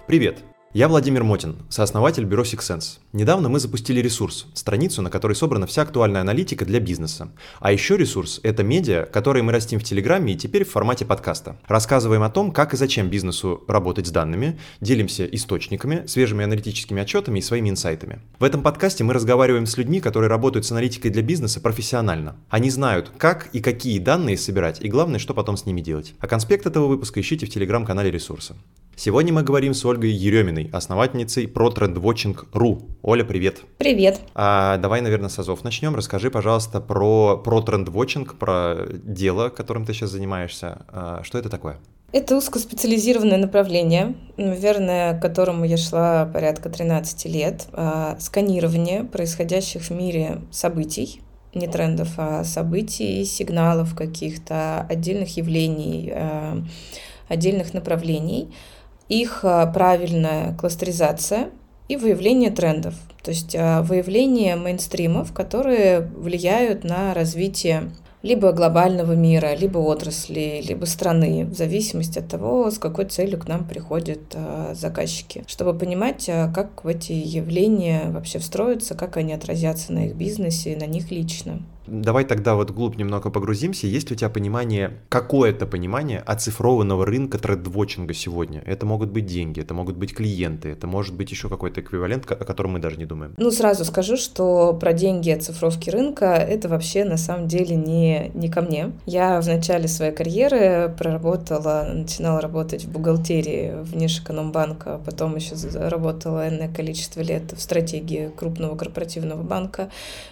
Привет! Я Владимир Мотин, сооснователь бюро Sixsense. Недавно мы запустили ресурс, страницу, на которой собрана вся актуальная аналитика для бизнеса. А еще ресурс – это медиа, которые мы растим в Телеграме и теперь в формате подкаста. Рассказываем о том, как и зачем бизнесу работать с данными, делимся источниками, свежими аналитическими отчетами и своими инсайтами. В этом подкасте мы разговариваем с людьми, которые работают с аналитикой для бизнеса профессионально. Они знают, как и какие данные собирать, и главное, что потом с ними делать. А конспект этого выпуска ищите в Телеграм-канале ресурса. Сегодня мы говорим с Ольгой Ереминой, основательницей ProTrendWatching.ru. Оля, привет. Привет. Давай, наверное, с азов начнем. Расскажи, пожалуйста, про ProTrendWatching, про дело, которым ты сейчас занимаешься. Что это такое? Это узкоспециализированное направление, наверное, к которому я шла порядка 13 лет. Сканирование происходящих в мире событий, не трендов, а событий, сигналов каких-то, отдельных явлений, отдельных направлений, их правильная кластеризация и выявление трендов, то есть выявление мейнстримов, которые влияют на развитие либо глобального мира, либо отрасли, либо страны, в зависимости от того, с какой целью к нам приходят заказчики, чтобы понимать, как в эти явления вообще встроятся, как они отразятся на их бизнесе, на них лично. Давай тогда вот вглубь немного погрузимся. Есть ли у тебя понимание, какое-то понимание оцифрованного рынка трендвотчинга сегодня? Это могут быть деньги, это могут быть клиенты, это может быть еще какой-то эквивалент, о котором мы даже не думаем. Сразу скажу, что про деньги оцифровки рынка это вообще на самом деле не ко мне. Я в начале своей карьеры начинала работать в бухгалтерии Внешэкономбанка, потом еще работала энное количество лет в стратегии крупного корпоративного банка.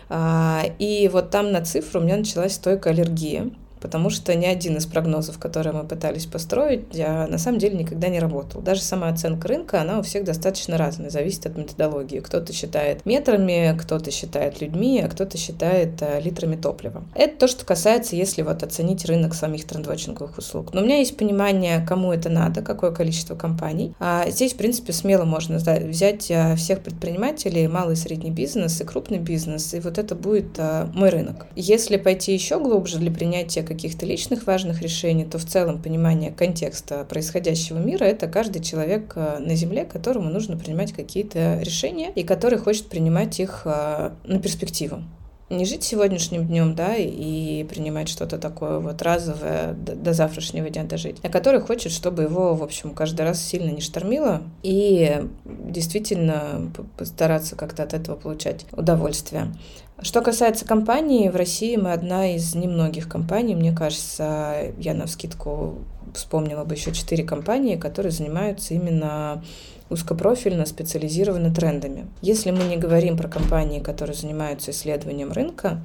И вот там на цифру у меня началась стойкая аллергия, потому что ни один из прогнозов, которые мы пытались построить, на самом деле никогда не работал. Даже сама оценка рынка, она у всех достаточно разная, зависит от методологии. Кто-то считает метрами, кто-то считает людьми, а кто-то считает литрами топлива. Это то, что касается, если вот оценить рынок самих трендвотчинговых услуг. Но у меня есть понимание, кому это надо, какое количество компаний. Здесь, в принципе, смело можно взять всех предпринимателей, малый и средний бизнес и крупный бизнес, и вот это будет мой рынок. Если пойти еще глубже для принятия каких-то личных важных решений, то в целом понимание контекста происходящего мира — это каждый человек на Земле, которому нужно принимать какие-то решения и который хочет принимать их на перспективу. Не жить сегодняшним днем, и принимать что-то такое вот разовое, до завтрашнего дня дожить, а который хочет, чтобы его, в общем, каждый раз сильно не штормило и действительно постараться как-то от этого получать удовольствие. Что касается компании, в России мы одна из немногих компаний, мне кажется, я навскидку вспомнила бы еще 4 компании, которые занимаются именно узкопрофильно, специализированно трендами. Если мы не говорим про компании, которые занимаются исследованием рынка,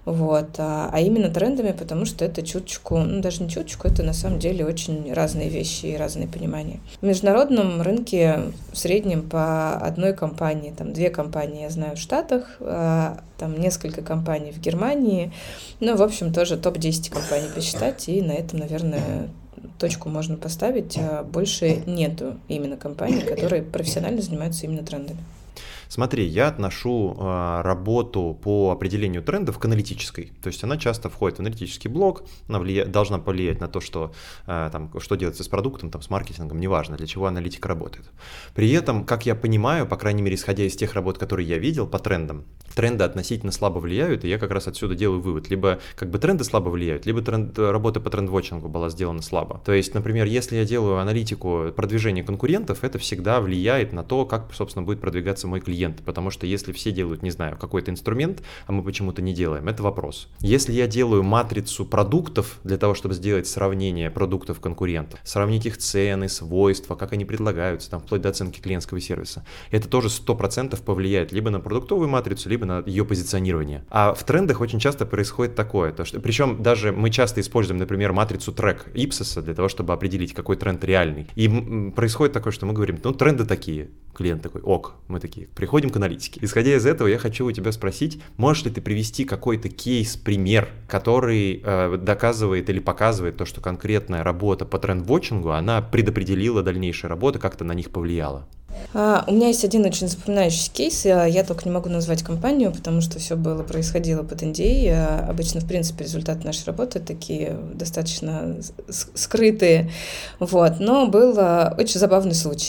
а именно трендами, потому что это чуточку, даже не чуточку, это на самом деле очень разные вещи и разные понимания. В международном рынке в среднем по одной компании, 2 компании я знаю в Штатах, несколько компаний в Германии, в общем, тоже топ-10 компаний посчитать, и на этом, наверное, точку можно поставить, больше нету именно компаний, которые профессионально занимаются именно трендами. Смотри, я отношу работу по определению трендов к аналитической. То есть она часто входит в аналитический блок, она должна повлиять на то, что делается с продуктом, с маркетингом, неважно, для чего аналитика работает. При этом, как я понимаю, по крайней мере, исходя из тех работ, которые я видел по трендам, тренды относительно слабо влияют, и я как раз отсюда делаю вывод. Либо тренды слабо влияют, либо работа по трендвотчингу была сделана слабо. То есть, например, если я делаю аналитику продвижения конкурентов, это всегда влияет на то, как, собственно, будет продвигаться мой клиент. Потому что если все делают, какой-то инструмент, а мы почему-то не делаем, это вопрос. Если я делаю матрицу продуктов для того, чтобы сделать сравнение продуктов конкурентов, сравнить их цены, свойства, как они предлагаются, вплоть до оценки клиентского сервиса, это тоже 100% повлияет либо на продуктовую матрицу, либо на ее позиционирование. А в трендах очень часто происходит такое, причем даже мы часто используем, например, матрицу трек Ipsos для того, чтобы определить, какой тренд реальный. И происходит такое, что мы говорим, тренды такие. Клиент такой, ок, мы такие, приходим к аналитике. Исходя из этого, я хочу у тебя спросить, можешь ли ты привести какой-то кейс, пример, который доказывает или показывает то, что конкретная работа по трендвотчингу, она предопределила дальнейшие работы, как-то на них повлияла? У меня есть один очень запоминающийся кейс, я только не могу назвать компанию, потому что все происходило под NDA. Обычно, в принципе, результаты нашей работы такие достаточно скрытые, но был очень забавный случай.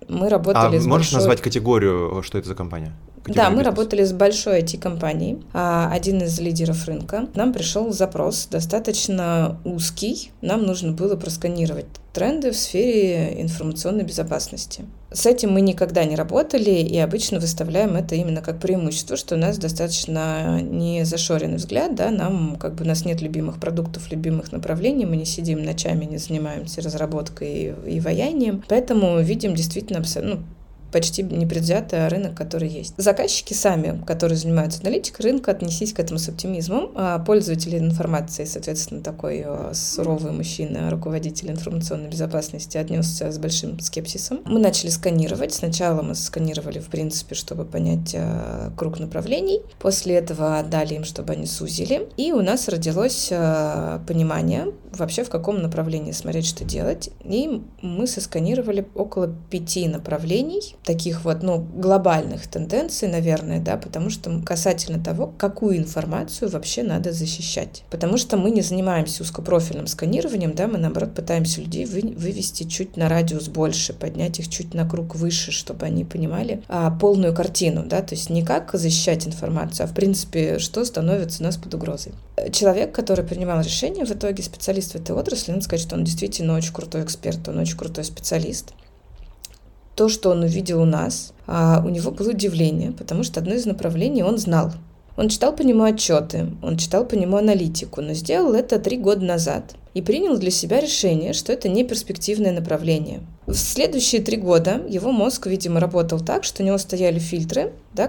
Мы работали с можешь большой... назвать категорию, что это за компания? Да, мы работали с большой IT-компанией, один из лидеров рынка. Нам пришел запрос достаточно узкий. Нам нужно было просканировать тренды в сфере информационной безопасности. С этим мы никогда не работали и обычно выставляем это именно как преимущество, что у нас достаточно не зашоренный взгляд, да, у нас нет любимых продуктов, любимых направлений, мы не сидим ночами, не занимаемся разработкой и ваянием, поэтому видим действительно почти непредвзято рынок, который есть. Заказчики сами, которые занимаются аналитикой рынка, отнесись к этому с оптимизмом. Пользователи информации, соответственно, такой суровый мужчина, руководитель информационной безопасности, отнесся с большим скепсисом. Мы начали сканировать. Сначала мы сканировали, в принципе, чтобы понять круг направлений. После этого дали им, чтобы они сузили. И у нас родилось понимание, вообще в каком направлении смотреть, что делать. И мы сосканировали около 5 направлений, таких глобальных тенденций, наверное, да, потому что касательно того, какую информацию вообще надо защищать. Потому что мы не занимаемся узкопрофильным сканированием, да, мы, наоборот, пытаемся людей вывести чуть на радиус больше, поднять их чуть на круг выше, чтобы они понимали полную картину, да, то есть не как защищать информацию, а, в принципе, что становится у нас под угрозой. Человек, который принимал решение, в итоге специалист в этой отрасли, надо сказать, что он действительно очень крутой эксперт, он очень крутой специалист. То, что он увидел у нас, у него было удивление, потому что одно из направлений он знал. Он читал по нему отчеты, он читал по нему аналитику, но сделал это 3 года назад и принял для себя решение, что это не перспективное направление. В следующие 3 года его мозг, видимо, работал так, что у него стояли фильтры, да,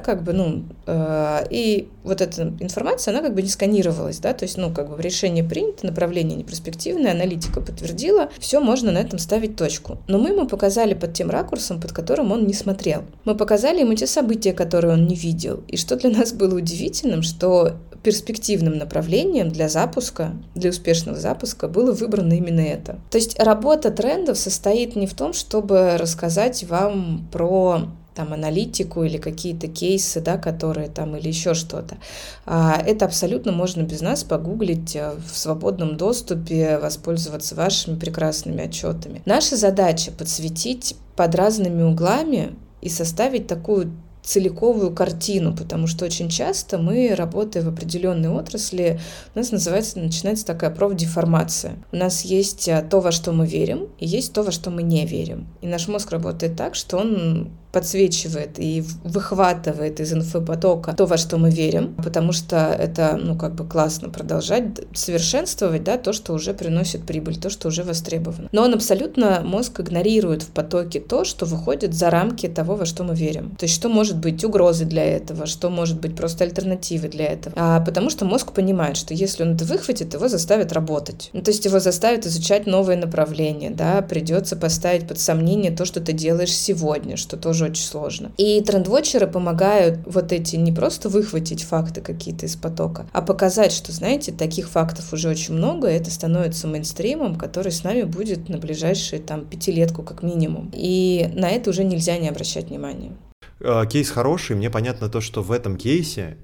и вот эта информация, она не сканировалась, да, то есть, решение принято, направление неперспективное, аналитика подтвердила, все, можно на этом ставить точку. Но мы ему показали под тем ракурсом, под которым он не смотрел. Мы показали ему те события, которые он не видел. И что для нас было удивительным, что перспективным направлением для запуска, для успешного запуска было выбрано именно это. То есть работа трендов состоит не в том, чтобы рассказать вам про аналитику или какие-то кейсы, да, которые или еще что-то. Это абсолютно можно без нас погуглить в свободном доступе, воспользоваться вашими прекрасными отчетами. Наша задача подсветить под разными углами и составить такую целиковую картину, потому что очень часто мы, работая в определенной отрасли, у нас начинается такая профдеформация. У нас есть то, во что мы верим, и есть то, во что мы не верим. И наш мозг работает так, что он подсвечивает и выхватывает из инфопотока то, во что мы верим, потому что это, классно продолжать совершенствовать, да, то, что уже приносит прибыль, то, что уже востребовано. Но он абсолютно, мозг игнорирует в потоке то, что выходит за рамки того, во что мы верим. То есть, что может быть угрозой для этого, что может быть просто альтернативой для этого. Потому что мозг понимает, что если он это выхватит, его заставят работать. То есть, его заставят изучать новые направления, да, придется поставить под сомнение то, что ты делаешь сегодня, что тоже очень сложно. И трендвотчеры помогают эти не просто выхватить факты какие-то из потока, а показать, что, знаете, таких фактов уже очень много, и это становится мейнстримом, который с нами будет на ближайшие 5-летку как минимум. И на это уже нельзя не обращать внимания. Кейс хороший, мне понятно то, что в этом кейсе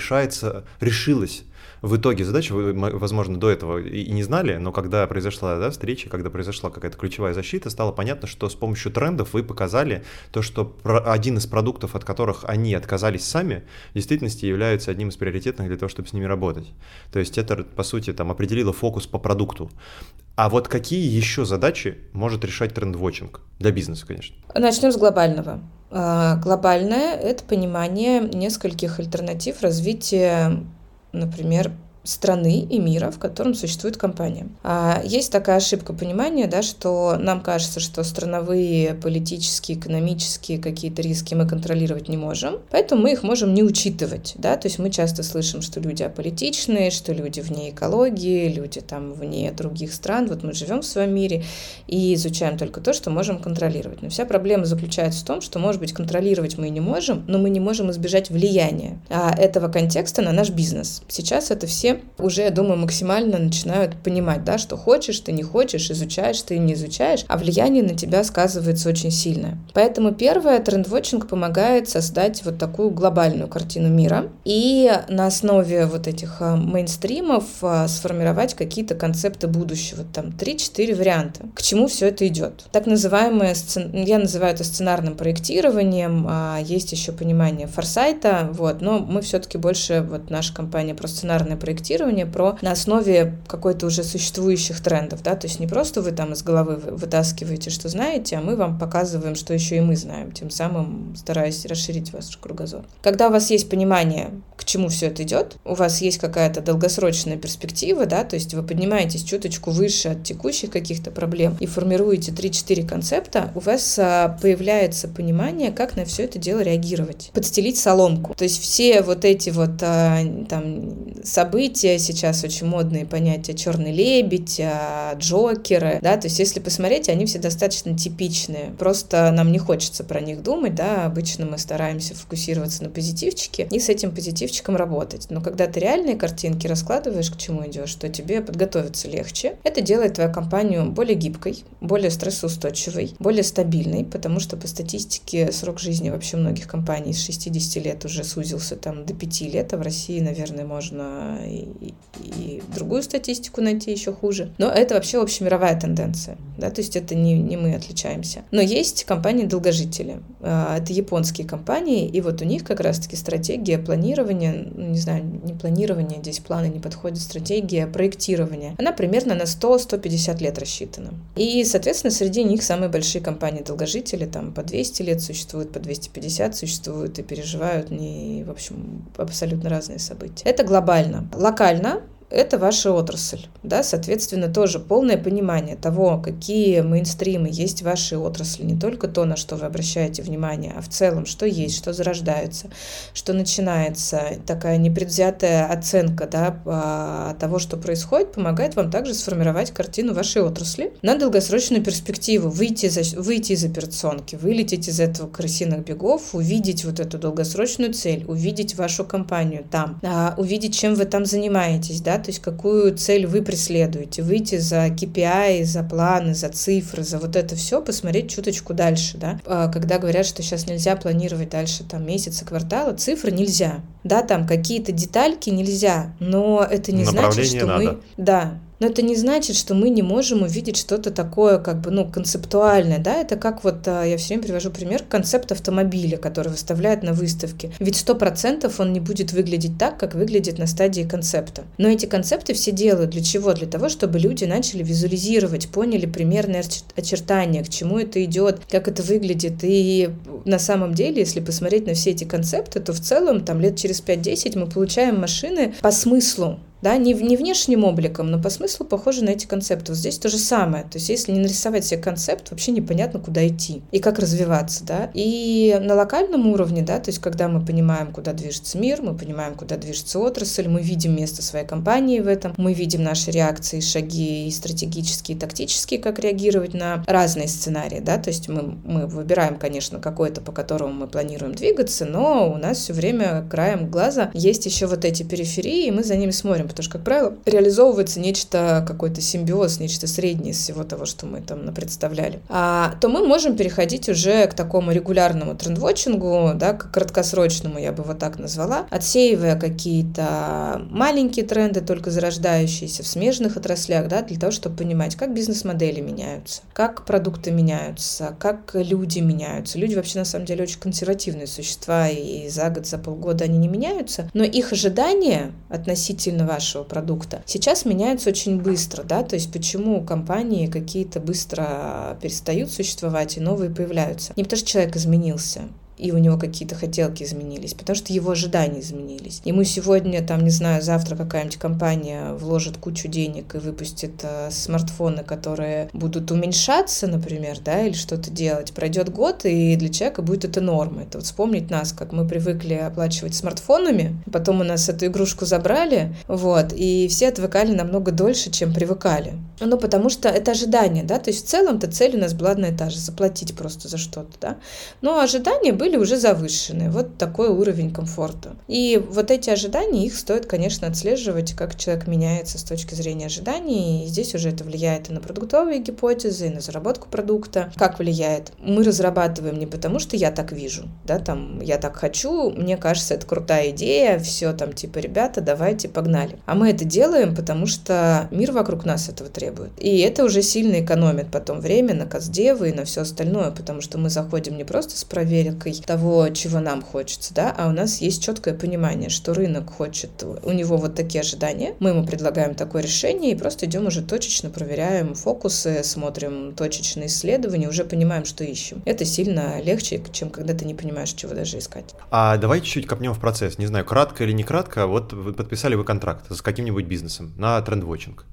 решилась в итоге задача, вы, возможно, до этого и не знали, но когда произошла встреча, когда произошла какая-то ключевая защита, стало понятно, что с помощью трендов вы показали то, что один из продуктов, от которых они отказались сами, в действительности является одним из приоритетных для того, чтобы с ними работать. То есть это, по сути, определило фокус по продукту. А какие еще задачи может решать трендвотчинг? Для бизнеса, конечно. Начнем с глобального. Глобальное – это понимание нескольких альтернатив развития, например, страны и мира, в котором существует компания. Есть такая ошибка понимания, да, что нам кажется, что страновые, политические, экономические какие-то риски мы контролировать не можем, поэтому мы их можем не учитывать. Да? То есть мы часто слышим, что люди аполитичные, что люди вне экологии, люди вне других стран. Мы живем в своем мире и изучаем только то, что можем контролировать. Но вся проблема заключается в том, что, может быть, контролировать мы и не можем, но мы не можем избежать влияния этого контекста на наш бизнес. Сейчас это всем все уже, я думаю, максимально начинают понимать, да, что хочешь, ты не хочешь, изучаешь, ты не изучаешь, а влияние на тебя сказывается очень сильное. Поэтому первое, трендвотчинг помогает создать вот такую глобальную картину мира и на основе вот этих мейнстримов сформировать какие-то концепты будущего, там 3-4 варианта. К чему все это идет? Так называемое, я называю это сценарным проектированием, есть еще понимание форсайта, вот, но мы все-таки больше, вот наша компания про сценарное проектирование, про на основе какой-то уже существующих трендов, да, то есть не просто вы там из головы вытаскиваете, что знаете, а мы вам показываем, что еще и мы знаем, тем самым стараясь расширить ваш кругозор. Когда у вас есть понимание, к чему все это идет, у вас есть какая-то долгосрочная перспектива, да, то есть вы поднимаетесь чуточку выше от текущих каких-то проблем и формируете 3-4 концепта, у вас появляется понимание, как на все это дело реагировать. Подстелить соломку. То есть все вот эти вот там события, сейчас очень модные понятия черный лебедь, джокеры, да, то есть если посмотреть, они все достаточно типичные. Просто нам не хочется про них думать, да, обычно мы стараемся фокусироваться на позитивчике и с этим позитивчиком работать. Но когда ты реальные картинки раскладываешь, к чему идешь, то тебе подготовиться легче. Это делает твою компанию более гибкой, более стрессоустойчивой, более стабильной, потому что по статистике срок жизни вообще многих компаний с 60 лет уже сузился там до 5 лет, а в России, наверное, можно и другую статистику найти еще хуже. Но это вообще общемировая тенденция, да, то есть это не мы отличаемся. Но есть компании-долгожители. Это японские компании, и вот у них как раз-таки стратегия планирования, не знаю, не планирование, здесь планы не подходят, стратегия проектирования. Она примерно на 100-150 лет рассчитана. И, соответственно, среди них самые большие компании-долгожители, там по 200 лет существуют, по 250 существуют и переживают, в общем, абсолютно разные события. Это глобально. Локально это ваша отрасль, да, соответственно, тоже полное понимание того, какие мейнстримы есть в вашей отрасли, не только то, на что вы обращаете внимание, а в целом, что есть, что зарождается, что начинается, такая непредвзятая оценка, да, того, что происходит, помогает вам также сформировать картину вашей отрасли на долгосрочную перспективу, выйти из операционки, вылететь из этого крысиных бегов, увидеть вот эту долгосрочную цель, увидеть вашу компанию там, увидеть, чем вы там занимаетесь, да, то есть какую цель вы преследуете, выйти за KPI, за планы, за цифры, за вот это все, посмотреть чуточку дальше, да. Когда говорят, что сейчас нельзя планировать дальше там месяца, квартала, цифры нельзя, да, там какие-то детальки нельзя, но это не значит, что мы... Да. Но это не значит, что мы не можем увидеть что-то такое, как бы, концептуальное, да, это как вот, я все время привожу пример, концепт автомобиля, который выставляют на выставке. Ведь 100% он не будет выглядеть так, как выглядит на стадии концепта. Но эти концепты все делают для чего? Для того, чтобы люди начали визуализировать, поняли примерные очертания, к чему это идет, как это выглядит. И на самом деле, если посмотреть на все эти концепты, то в целом, там, лет через 5-10 мы получаем машины по смыслу, да, не внешним обликом, но по смыслу похожи на эти концепты. Вот здесь то же самое. То есть если не нарисовать себе концепт, вообще непонятно, куда идти и как развиваться. Да? И на локальном уровне, да, то есть когда мы понимаем, куда движется мир, мы понимаем, куда движется отрасль, мы видим место своей компании в этом, мы видим наши реакции, шаги и стратегические, и тактические, как реагировать на разные сценарии. Да? То есть мы выбираем, конечно, какой-то, по которому мы планируем двигаться, но у нас все время краем глаза есть еще вот эти периферии, и мы за ними смотрим. Потому что, как правило, реализовывается нечто, какой-то симбиоз, нечто среднее из всего того, что мы там напредставляли. То мы можем переходить уже к такому регулярному трендвотчингу, да, к краткосрочному, я бы вот так назвала, отсеивая какие-то маленькие тренды, только зарождающиеся в смежных отраслях, да, для того, чтобы понимать, как бизнес-модели меняются, как продукты меняются, как люди меняются. Люди вообще, на самом деле, очень консервативные существа, и за год, за полгода они не меняются, но их ожидания относительно вашего продукта сейчас меняются очень быстро, да, то есть почему компании какие-то быстро перестают существовать и новые появляются? Не потому что человек изменился, и у него какие-то хотелки изменились, потому что его ожидания изменились. Ему сегодня, там, не знаю, завтра какая-нибудь компания вложит кучу денег и выпустит смартфоны, которые будут уменьшаться, например, да, или что-то делать. Пройдет год, и для человека будет это нормой. Это вот вспомнить нас, как мы привыкли оплачивать смартфонами, потом у нас эту игрушку забрали, вот, и все отвыкали намного дольше, чем привыкали. Ну, потому что это ожидание, да, то есть в целом-то цель у нас была одна и та же, заплатить просто за что-то, да. Но ожидание было были уже завышены. Вот такой уровень комфорта. И вот эти ожидания, их стоит, конечно, отслеживать, как человек меняется с точки зрения ожиданий. И здесь уже это влияет и на продуктовые гипотезы, и на заработку продукта. Как влияет? Мы разрабатываем не потому, что я так вижу, да, там, я так хочу, мне кажется, это крутая идея, все там, типа, ребята, давайте, погнали. А мы это делаем, потому что мир вокруг нас этого требует. И это уже сильно экономит потом время на каздевы и на все остальное, потому что мы заходим не просто с проверкой того, чего нам хочется, да, а у нас есть четкое понимание, что рынок хочет, у него вот такие ожидания, мы ему предлагаем такое решение и просто идем уже точечно, проверяем фокусы, смотрим точечные исследования, уже понимаем, что ищем. Это сильно легче, чем когда ты не понимаешь, чего даже искать. А давай чуть-чуть копнем в процесс. Не знаю, кратко или не кратко, вот вы подписали вы контракт с каким-нибудь бизнесом на трендвотчинг.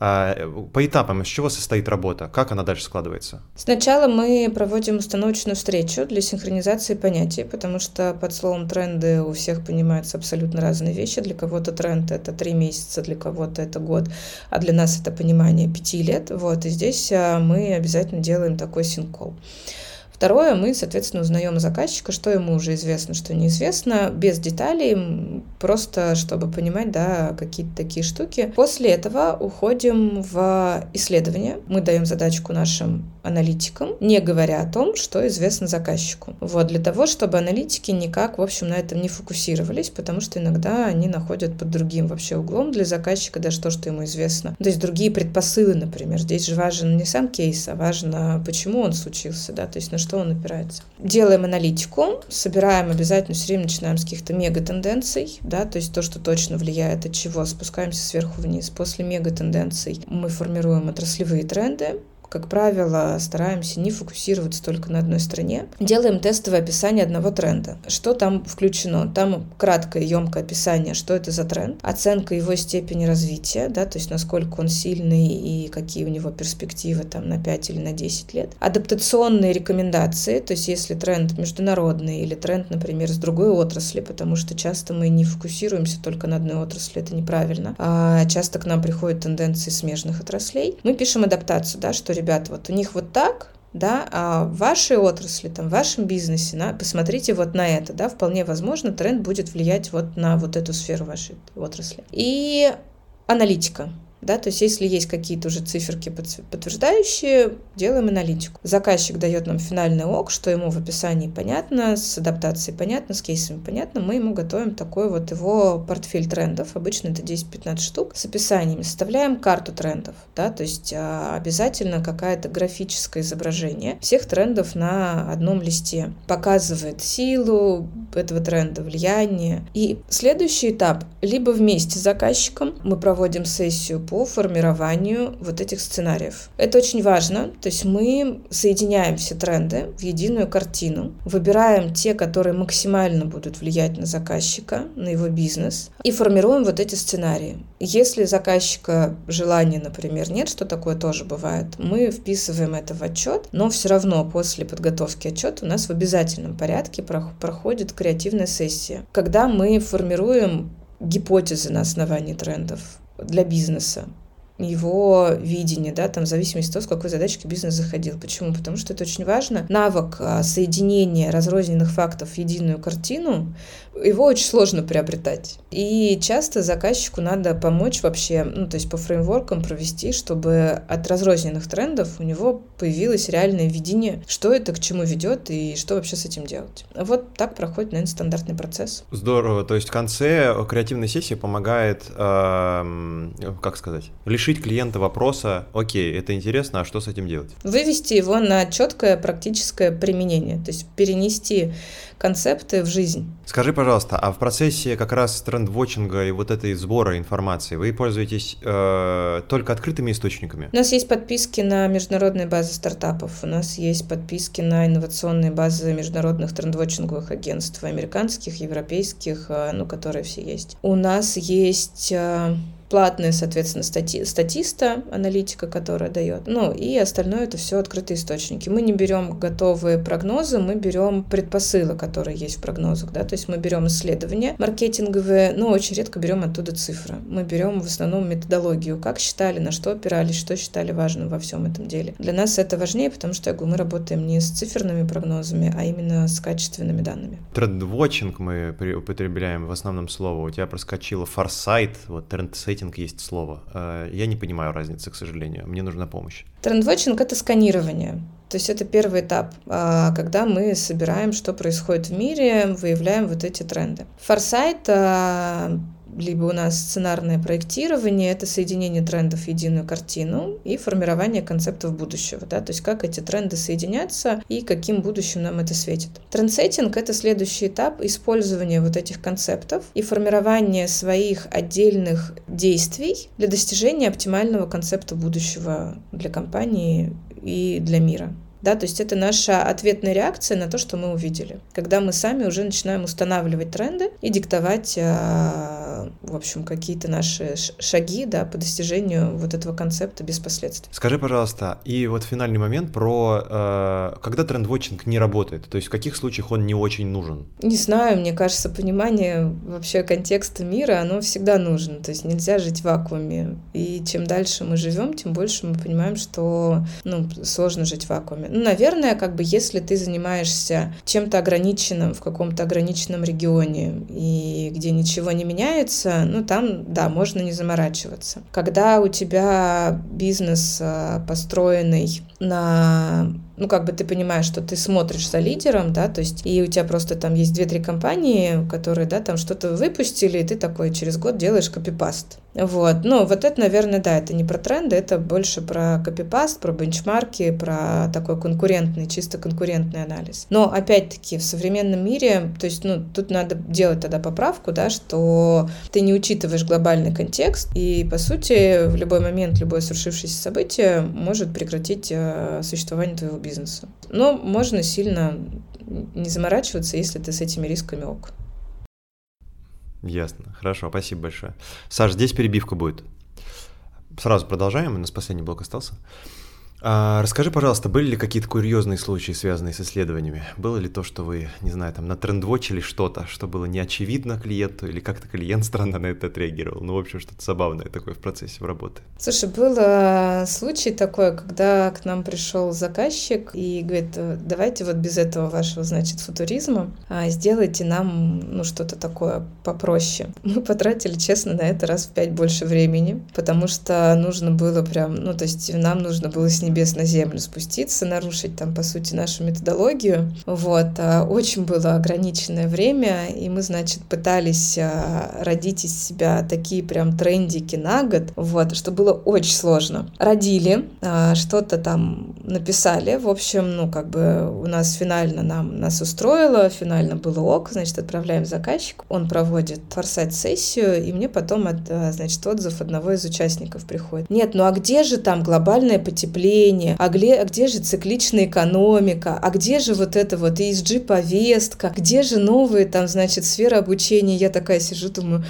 По этапам, из чего состоит работа? Как она дальше складывается? Сначала мы проводим установочную встречу для синхронизации понятий, потому что под словом тренды у всех понимаются абсолютно разные вещи. Для кого-то тренд — это 3 месяца, для кого-то это год, а для нас это понимание 5 лет. Вот, и здесь мы обязательно делаем такой синк-колл. Второе, мы, соответственно, узнаем заказчика, что ему уже известно, что неизвестно, без деталей, просто чтобы понимать, да, какие-то такие штуки. После этого уходим в исследование. Мы даем задачку нашим аналитикам, не говоря о том, что известно заказчику. Вот, для того, чтобы аналитики никак, в общем, на этом не фокусировались, потому что иногда они находят под другим вообще углом для заказчика даже то, что ему известно. То есть другие предпосылы, например. Здесь же важен не сам кейс, а важно, почему он случился, да, то есть на что он опирается. Делаем аналитику, собираем обязательно, все время начинаем с каких-то мегатенденций, да, то есть то, что точно влияет, от чего спускаемся сверху вниз. После мегатенденций мы формируем отраслевые тренды. Как правило, стараемся не фокусироваться только на одной стране. Делаем тестовое описание одного тренда. Что там включено? Там краткое, емкое описание, что это за тренд, оценка его степени развития, да, то есть насколько он сильный и какие у него перспективы там на 5 или на 10 лет. Адаптационные рекомендации, то есть если тренд международный или тренд, например, с другой отрасли, потому что часто мы не фокусируемся только на одной отрасли, это неправильно. А часто к нам приходят тенденции смежных отраслей. Мы пишем адаптацию, да, что ребята, вот у них вот так, да, а в вашей отрасли, там, в вашем бизнесе, посмотрите вот на это, да, вполне возможно, тренд будет влиять вот на вот эту сферу вашей отрасли. И аналитика. Да, то есть, если есть какие-то уже циферки подтверждающие, делаем аналитику. Заказчик дает нам финальный ок, что ему в описании понятно, с адаптацией понятно, с кейсами понятно. Мы ему готовим такой вот его портфель трендов. Обычно это 10-15 штук с описаниями. Составляем карту трендов. Да, то есть, обязательно какое-то графическое изображение всех трендов на одном листе. Показывает силу этого тренда, влияние. И следующий этап. Либо вместе с заказчиком мы проводим сессию по формированию вот этих сценариев. Это очень важно, то есть мы соединяем все тренды в единую картину, выбираем те, которые максимально будут влиять на заказчика, на его бизнес, и формируем вот эти сценарии. Если заказчика желания, например, нет, что такое тоже бывает, мы вписываем это в отчет, но все равно после подготовки отчета у нас в обязательном порядке проходит креативная сессия, когда мы формируем гипотезы на основании трендов для бизнеса, его видение, да, там в зависимости от того, с какой задачкой бизнес заходил. Почему? Потому что это очень важно. Навык соединения разрозненных фактов в единую картину, его очень сложно приобретать. И часто заказчику надо помочь вообще, то есть по фреймворкам провести, чтобы от разрозненных трендов у него появилось реальное видение, что это, к чему ведет и что вообще с этим делать. Вот так проходит, наверное, стандартный процесс. Здорово. То есть в конце креативной сессии помогает, как сказать, лишить клиента вопроса: окей, это интересно, а что с этим делать? Вывести его на четкое практическое применение, то есть перенести концепты в жизнь. Скажи, пожалуйста, а в процессе как раз трендвотчинга и вот этой сбора информации вы пользуетесь только открытыми источниками? У нас есть подписки на международные базы стартапов, у нас есть подписки на инновационные базы международных трендвотчинговых агентств, американских, европейских, которые все есть. У нас есть платные, соответственно, статиста, аналитика, которая дает. И остальное это все открытые источники. Мы не берем готовые прогнозы, мы берем предпосылок которые есть в прогнозах, да, то есть мы берем исследования маркетинговые, но очень редко берем оттуда цифры. Мы берем в основном методологию, как считали, на что опирались, что считали важным во всем этом деле. Для нас это важнее, потому что, я говорю, мы работаем не с циферными прогнозами, а именно с качественными данными. Тренд-вотчинг мы употребляем в основном слово. У тебя проскочило форсайт, вот тренд-сеттинг есть слово. Я не понимаю разницы, к сожалению. Мне нужна помощь. Тренд-вотчинг — это сканирование. То есть это первый этап, когда мы собираем, что происходит в мире, выявляем вот эти тренды. Форсайт, либо у нас сценарное проектирование — это соединение трендов в единую картину и формирование концептов будущего, да, то есть как эти тренды соединятся и каким будущим нам это светит. Трендсеттинг — это следующий этап использования вот этих концептов и формирования своих отдельных действий для достижения оптимального концепта будущего для компании и для мира. Да, то есть это наша ответная реакция на то, что мы увидели, когда мы сами уже начинаем устанавливать тренды и диктовать, в общем, какие-то наши шаги, да, по достижению вот этого концепта без последствий. Скажи, пожалуйста, и вот финальный момент про когда тренд-вотчинг не работает, то есть в каких случаях он не очень нужен? Не знаю, мне кажется, понимание вообще контекста мира, оно всегда нужно, то есть нельзя жить в вакууме, и чем дальше мы живем, тем больше мы понимаем, что, сложно жить в вакууме. Наверное, если ты занимаешься чем-то ограниченным в каком-то ограниченном регионе и где ничего не меняется, там, да, можно не заморачиваться. Когда у тебя бизнес построенный на... ты понимаешь, что ты смотришь за лидером, да, то есть, и у тебя просто там есть 2-3 компании, которые, да, там что-то выпустили, и ты такой через год делаешь копипаст. Вот, вот это, наверное, да, это не про тренды, это больше про копипаст, про бенчмарки, про такой конкурентный, чисто конкурентный анализ. Но, опять-таки, в современном мире, то есть, тут надо делать тогда поправку, да, что ты не учитываешь глобальный контекст, и, по сути, в любой момент, любое свершившееся событие может прекратить существование твоего бизнеса. Но можно сильно не заморачиваться, если ты с этими рисками ок. Ясно. Хорошо, спасибо большое. Саш, здесь перебивка будет. Сразу продолжаем, у нас последний блок остался. Расскажи, пожалуйста, были ли какие-то курьезные случаи, связанные с исследованиями? Было ли то, что вы, не знаю, там натрендвотчили что-то, что было не очевидно клиенту, или как-то клиент странно на это отреагировал? В общем, что-то забавное такое в процессе работы. Слушай, был случай такой, когда к нам пришел заказчик и говорит: давайте вот без этого вашего, футуризма сделайте нам, что-то такое попроще. Мы потратили, честно, на это раз в 5 больше времени, потому что нужно было прям, то есть нам нужно было с небес на землю спуститься, нарушить там, по сути, нашу методологию. Вот. Очень было ограниченное время, и мы, пытались родить из себя такие прям трендики на год, вот, что было очень сложно. Родили, что-то там написали, в общем, у нас финально нас устроило, финально было ок, отправляем заказчику, он проводит форсайт-сессию, и мне потом, отзыв одного из участников приходит. Нет, а где же там глобальное потепление? А где же цикличная экономика? А где же вот эта вот ESG-повестка? Где же новые там, сферы обучения? Я такая сижу, думаю,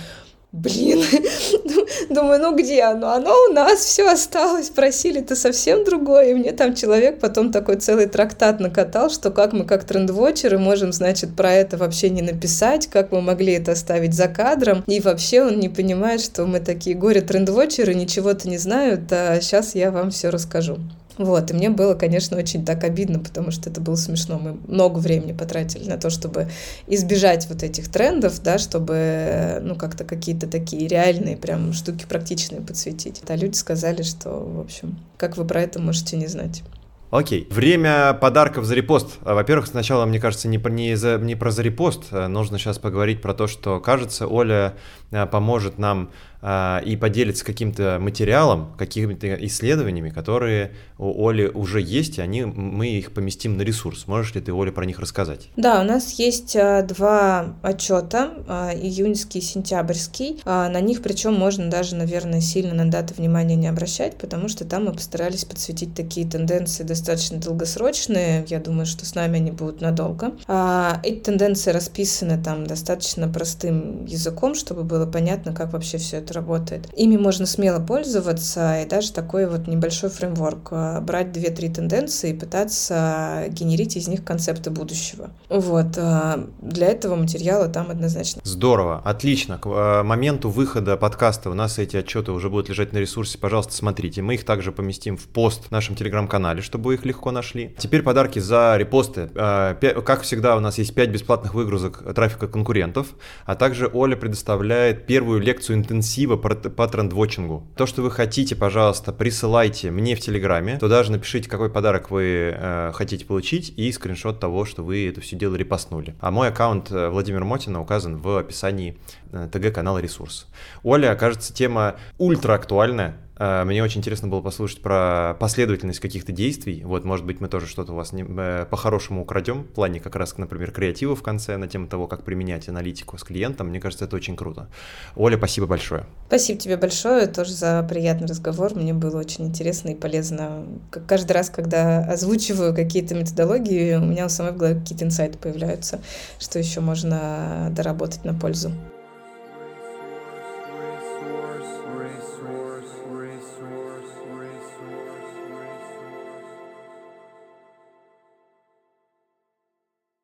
где оно? Оно у нас все осталось, просили-то совсем другое. И мне там человек потом такой целый трактат накатал, что как мы, как трендвотчеры, можем, про это вообще не написать, как мы могли это оставить за кадром. И вообще он не понимает, что мы такие горе-трендвотчеры, ничего-то не знают, а сейчас я вам все расскажу. Вот, и мне было, конечно, очень так обидно, потому что это было смешно. Мы много времени потратили на то, чтобы избежать вот этих трендов, да, чтобы, как-то какие-то такие реальные прям штуки практичные подсветить. А люди сказали, что, в общем, как вы про это можете не знать. Окей. Время подарков за репост. Во-первых, сначала, мне кажется, не про за репост. Нужно сейчас поговорить про то, что, кажется, Оля поможет нам и поделится каким-то материалом, какими-то исследованиями, которые у Оли уже есть, и мы их поместим на ресурс. Можешь ли ты, Оля, про них рассказать? Да, у нас есть 2 отчета, июньский и сентябрьский. На них, причем, можно даже, наверное, сильно на даты внимания не обращать, потому что там мы постарались подсветить такие тенденции достаточно долгосрочные. Я думаю, что с нами они будут надолго. Эти тенденции расписаны там достаточно простым языком, чтобы было понятно, как вообще все это это работает. Ими можно смело пользоваться, и даже такой вот небольшой фреймворк. Брать 2-3 тенденции и пытаться генерить из них концепты будущего. Вот. Для этого материала там однозначно. Здорово, отлично. К моменту выхода подкаста у нас эти отчеты уже будут лежать на ресурсе. Пожалуйста, смотрите. Мы их также поместим в пост в нашем телеграм-канале, чтобы вы их легко нашли. Теперь подарки за репосты. Как всегда, у нас есть 5 бесплатных выгрузок трафика конкурентов, а также Оля предоставляет первую лекцию интенсива по трендвотчингу. То, что вы хотите, пожалуйста, присылайте мне в Телеграме. Туда же напишите, какой подарок вы хотите получить, и скриншот того, что вы это все дело репостнули. А мой аккаунт Владимир Мотина указан в описании ТГ-канала «Ресурс». Оля, кажется, тема ультра актуальная. Мне очень интересно было послушать про последовательность каких-то действий. Вот, может быть, мы тоже что-то у вас по-хорошему украдем, в плане как раз, например, креатива в конце на тему того, как применять аналитику с клиентом. Мне кажется, это очень круто. Оля, спасибо большое. Спасибо тебе большое тоже за приятный разговор. Мне было очень интересно и полезно. Каждый раз, когда озвучиваю какие-то методологии, у меня у самой в голове какие-то инсайты появляются, что еще можно доработать на пользу.